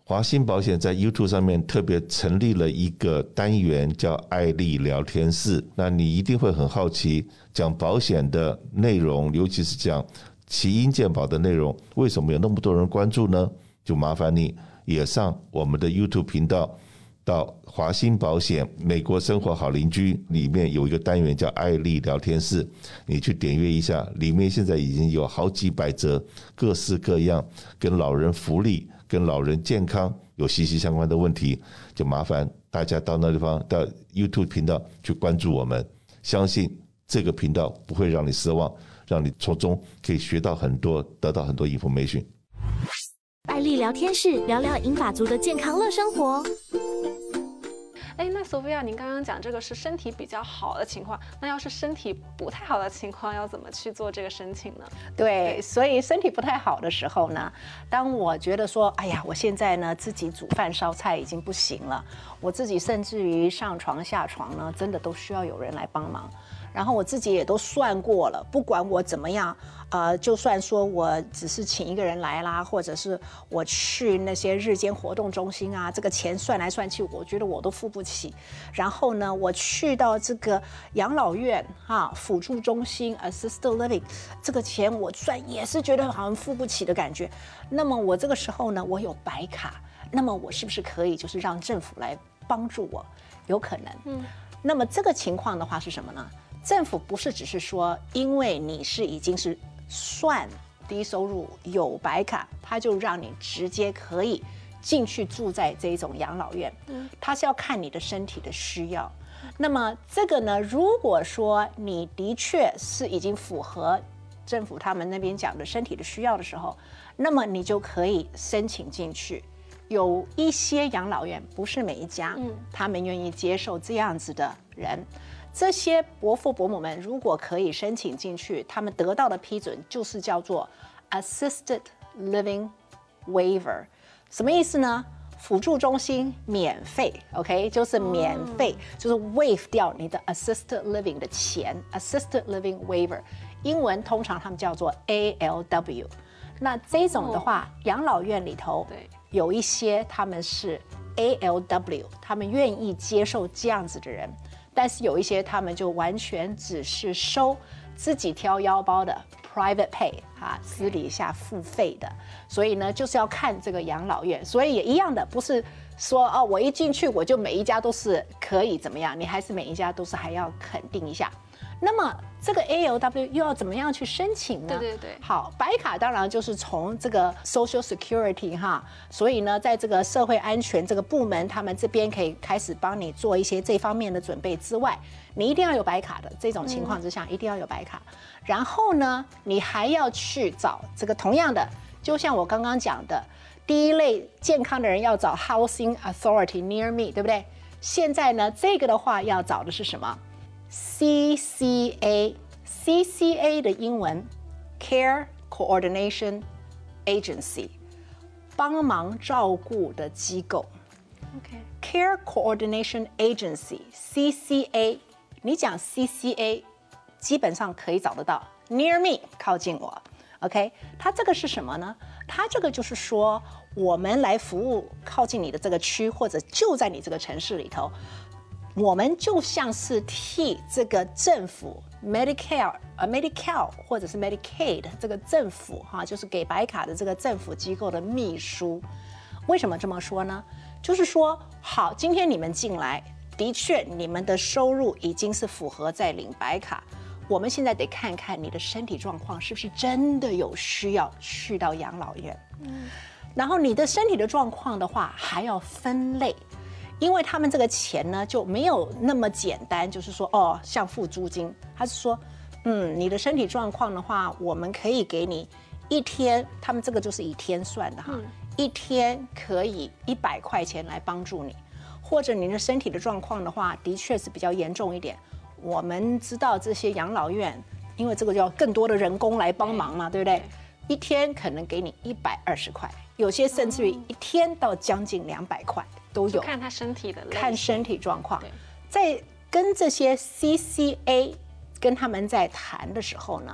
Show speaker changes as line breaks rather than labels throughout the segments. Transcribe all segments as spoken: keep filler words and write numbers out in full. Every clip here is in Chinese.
华兴保险在 YouTube 上面特别成立了一个单元叫艾丽聊天室，那你一定会很好奇，讲保险的内容，尤其是讲奇英健保的内容，为什么有那么多人关注呢？就麻烦你也上我们的 YouTube 频道，到华兴保险美国生活好邻居里面有一个单元叫艾丽聊天室，你去点阅一下，里面现在已经有好几百则各式各样跟老人福利跟老人健康有息息相关的问题，就麻烦大家到那地方到 YouTube 频道去关注我们，相信这个频道不会让你失望，让你从中可以学到很多，得到很多 information。
艾丽聊天室，聊聊银发族的健康乐生活。
哎，那 Sophia， 您刚刚讲这个是身体比较好的情况，那要是身体不太好的情况，要怎么去做这个申请呢？
对，所以身体不太好的时候呢，当我觉得说，哎呀，我现在呢自己煮饭烧菜已经不行了，我自己甚至于上床下床呢，真的都需要有人来帮忙。然后我自己也都算过了，不管我怎么样，呃，就算说我只是请一个人来啦，或者是我去那些日间活动中心啊，这个钱算来算去，我觉得我都付不起。然后呢，我去到这个养老院哈、辅助中心 assisted living， 这个钱我算也是觉得好像付不起的感觉。那么我这个时候呢，我有白卡，那么我是不是可以就是让政府来帮助我？有可能。嗯。那么这个情况的话是什么呢？政府不是只是说，因为你是已经是算低收入有白卡，他就让你直接可以进去住在这种养老院，他是要看你的身体的需要。那么这个呢，如果说你的确是已经符合政府他们那边讲的身体的需要的时候，那么你就可以申请进去。有一些养老院，不是每一家，嗯，他们愿意接受这样子的人。这些伯父伯母们如果可以申请进去，他们得到的批准就是叫做 assisted living waiver， 什么意思呢？辅助中心免费 ，OK， 就是免费，嗯、就是 waive 掉你的 assisted living 的钱 ，assisted living waiver， 英文通常他们叫做 A L W。那这种的话，哦、养老院里头有一些他们是 A L W， 他们愿意接受这样子的人。但是有一些他们就完全只是收自己挑腰包的 private pay 啊，私底下付费的，所以呢就是要看这个养老院，所以也一样的，不是说哦我一进去我就每一家都是可以怎么样，你还是每一家都是还要肯定一下。那么这个 A L W 又要怎么样去申请呢？
对对对，
好，白卡当然就是从这个 Social Security 哈，所以呢，在这个社会安全这个部门，他们这边可以开始帮你做一些这方面的准备之外，你一定要有白卡的，这种情况之下、嗯、一定要有白卡。然后呢，你还要去找这个同样的，就像我刚刚讲的，第一类健康的人要找 Housing Authority Near Me， 对不对？现在呢，这个的话要找的是什么？C C A，C C A 的英文 Care Coordination Agency， 帮忙照顾的机构。OK，Care Coordination Agency，C C A， 你讲 C C A， 基本上可以找得到 Near Me， 靠近我。OK， 它这个是什么呢？它这个就是说，我们来服务靠近你的这个区，或者就在你这个城市里头。我们就像是替这个政府 Medicare 呃 Medicaid 或者是 Medicaid 这个政府哈，就是给白卡的这个政府机构的秘书。为什么这么说呢？就是说，好，今天你们进来，的确你们的收入已经是符合在领白卡，我们现在得看看你的身体状况是不是真的有需要去到养老院。嗯，然后你的身体的状况的话，还要分类。因为他们这个钱呢就没有那么简单，就是说哦，像付租金，他是说，嗯，你的身体状况的话，我们可以给你一天，他们这个就是以天算的哈，嗯、一天可以一百块钱来帮助你，或者你的身体的状况的话，的确是比较严重一点，我们知道这些养老院，因为这个要更多的人工来帮忙嘛，对不对？一天可能给你一百二十块，有些甚至于一天到将近两百块。都有，
看他身体的类型，
看身体状况。在跟这些 C C A 跟他们在谈的时候呢，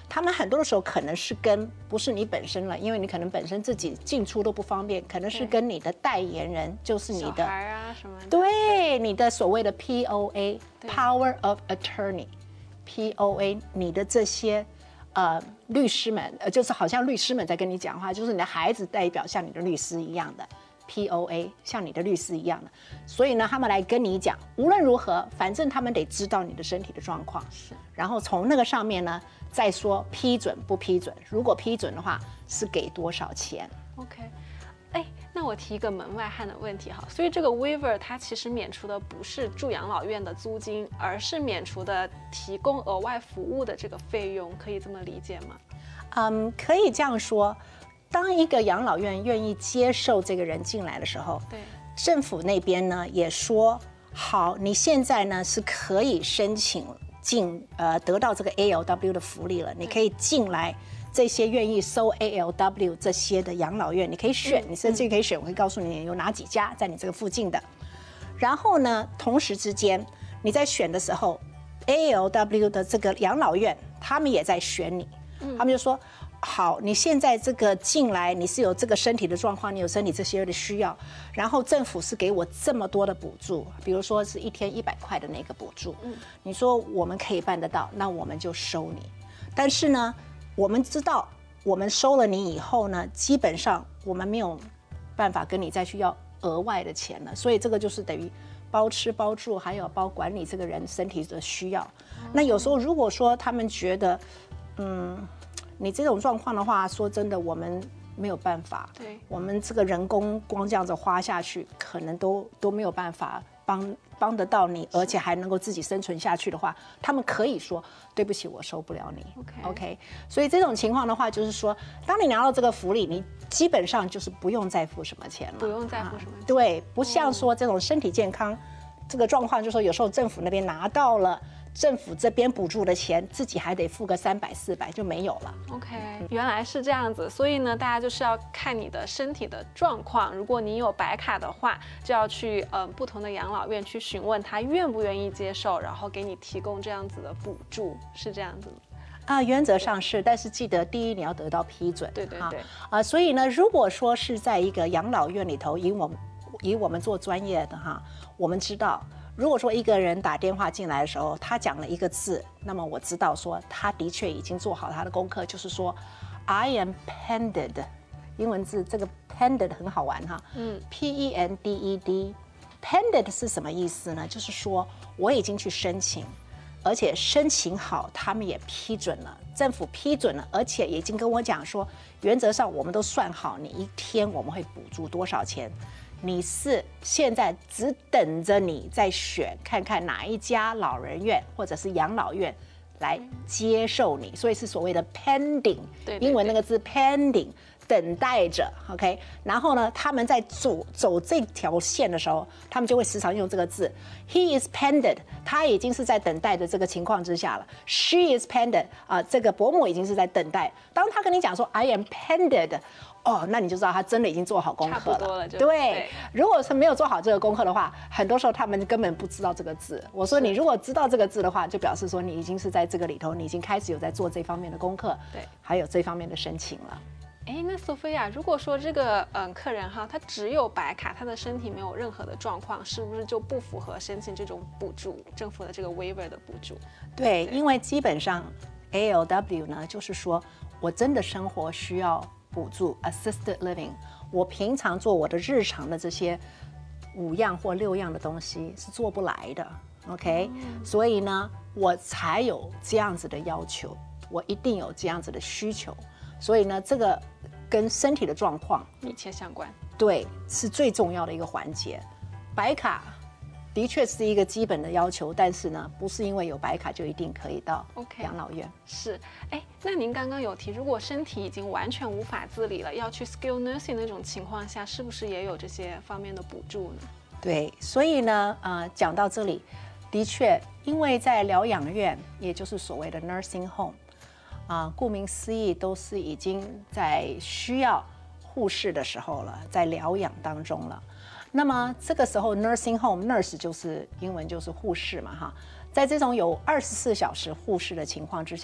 他们很多的时候可能是跟不是你本身了，因为你可能本身自己进出都不方便，可能是跟你的代言人，就是你的
小孩啊什么的，
对你的所谓的 P O A Power of Attorney，P O A 你的这些呃律师们，呃就是好像律师们在跟你讲话，就是你的孩子代表像你的律师一样的。P O A 像你的律师一样的，所以呢，他们来跟你讲，无论如何，反正他们得知道你的身体的状况，
是，
然后从那个上面呢，再说批准不批准。如果批准的话，是给多少钱
？OK， 哎，那我提一个门外汉的问题哈，所以这个 waiver 它其实免除的不是住养老院的租金，而是免除的提供额外服务的这个费用，可以这么理解吗？
嗯，可以这样说。当一个养老院愿意接受这个人进来的时候，
对，
政府那边呢也说好，你现在呢是可以申请进呃得到这个 A L W 的福利了，你可以进来这些愿意收 A L W 这些的养老院，你可以选，
嗯、
你甚至可以选，我会告诉你有哪几家在你这个附近的。然后呢，同时之间你在选的时候 ，A L W 的这个养老院他们也在选你，嗯、他们就说。好，你现在这个进来，你是有这个身体的状况，你有身体这些的需要，然后政府是给我这么多的补助，比如说是一天一百块的那个补助，嗯，你说我们可以办得到，那我们就收你。但是呢，我们知道我们收了你以后呢，基本上我们没有办法跟你再去要额外的钱了，所以这个就是等于包吃包住，还有包管理这个人身体的需要。嗯、那有时候如果说他们觉得，嗯。你这种状况的话，说真的，我们没有办法。
对，
我们这个人工光这样子花下去，可能都都没有办法帮帮得到你，而且还能够自己生存下去的话，他们可以说对不起，我收不了你。
OK，,
okay? 所以这种情况的话，就是说，当你拿到这个福利，你基本上就是不用再付什么钱了，
不用再付什么钱。啊、
对，不像说这种身体健康、哦、这个状况，就是说有时候政府那边拿到了。政府这边补助的钱，自己还得付个三百四百就没有了。
OK， 原来是这样子，所以呢，大家就是要看你的身体的状况。如果你有白卡的话，就要去呃不同的养老院去询问他愿不愿意接受，然后给你提供这样子的补助，是这样子吗？
啊，原则上是，但是记得第一你要得到批准。
对对对。
啊，所以呢，如果说是在一个养老院里头，以我们以我们做专业的哈，我们知道。如果说一个人打电话进来的时候，他讲了一个字，那么我知道说他的确已经做好他的功课，就是说 I am pended， 英文字这个 pended 很好玩哈，嗯 ，P E N D E D，pended 是什么意思呢？就是说我已经去申请，而且申请好，他们也批准了，政府批准了，而且已经跟我讲说，原则上我们都算好，你一天我们会补助多少钱。你是现在只等着你在选，看看哪一家老人院或者是养老院来接受你，所以是所谓的 pending，
对对对，
英文那个字 pending， 等待着 ，OK。然后呢，他们在走走这条线的时候，他们就会时常用这个字 ，he is pended， 他已经是在等待的这个情况之下了 ，she is pended， 啊、呃，这个伯母已经是在等待。当他跟你讲说 I am pended。哦，那你就知道他真的已经做好功课了。
差不多了就，
对，
对。
如果是没有做好这个功课的话，很多时候他们根本不知道这个字。我说你如果知道这个字的话，就表示说你已经是在这个里头，你已经开始有在做这方面的功课，
对，
还有这方面的申请了。
哎，那索菲亚，如果说这个嗯客人哈，他只有白卡，他的身体没有任何的状况，是不是就不符合申请这种补助，政府的这个 waiver 的补助？
对，因为基本上 A L W 呢，就是说我真的生活需要补助 assisted living， 我平常做我的日常的这些五样或六样的东西是做不来的 ，OK，、嗯、所以呢，我才有这样子的要求，我一定有这样子的需求，所以呢，这个跟身体的状况
密切相关，
对，是最重要的一个环节。白卡的确是一个基本的要求，但是呢，不是因为有白卡就一定可以到养老院。
Okay, 是，哎，那您刚刚有提，如果身体已经完全无法自理了，要去 skilled nursing 那种情况下，是不是也有这些方面的补助呢？
对，所以呢，呃，讲到这里，的确，因为在疗养院，也就是所谓的 nursing home， 啊、呃，顾名思义，都是已经在需要护士的时候了，在疗养当中了。那么这个时候 nursing home nurse 就是英文就是护士嘛哈，在这种有二十四小时护士的情况之下，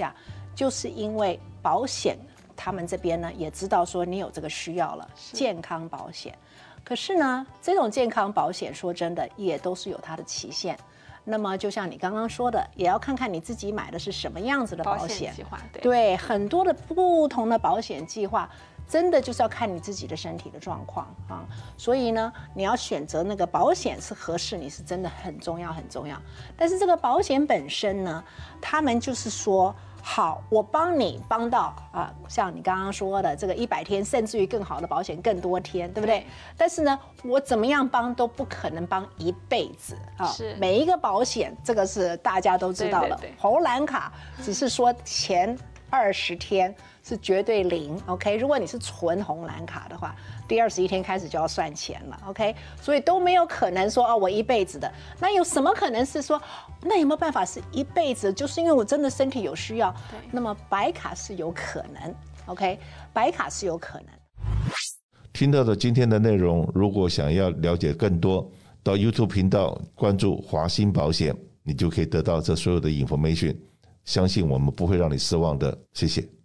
就是因为保险他们这边呢也知道说你有这个需要了，健康保险。可是呢，这种健康保险说真的也都是有它的期限。那么就像你刚刚说的，也要看看你自己买的是什么样子的保险。
保险计划，对，
对，很多的不同的保险计划，真的就是要看你自己的身体的状况啊。所以呢，你要选择那个保险是合适你，是真的很重要很重要。但是这个保险本身呢，他们就是说，好，我帮你帮到啊，像你刚刚说的这个一百天，甚至于更好的保险更多天，对不对？但是呢，我怎么样帮都不可能帮一辈子啊。
是
每一个保险，这个是大家都知道的。
对对对
红蓝卡只是说前二十天是绝对零 ，OK？ 如果你是纯红蓝卡的话，第二十一天开始就要算钱了 ，OK？ 所以都没有可能说哦，我一辈子的。那有什么可能是说，那有没有办法是一辈子？就是因为我真的身体有需要，那么白卡是有可能 ，OK？ 白卡是有可能。
听到的今天的内容，如果想要了解更多，到 YouTube 频道关注华兴保险，你就可以得到这所有的 information。相信我们不会让你失望的，谢谢。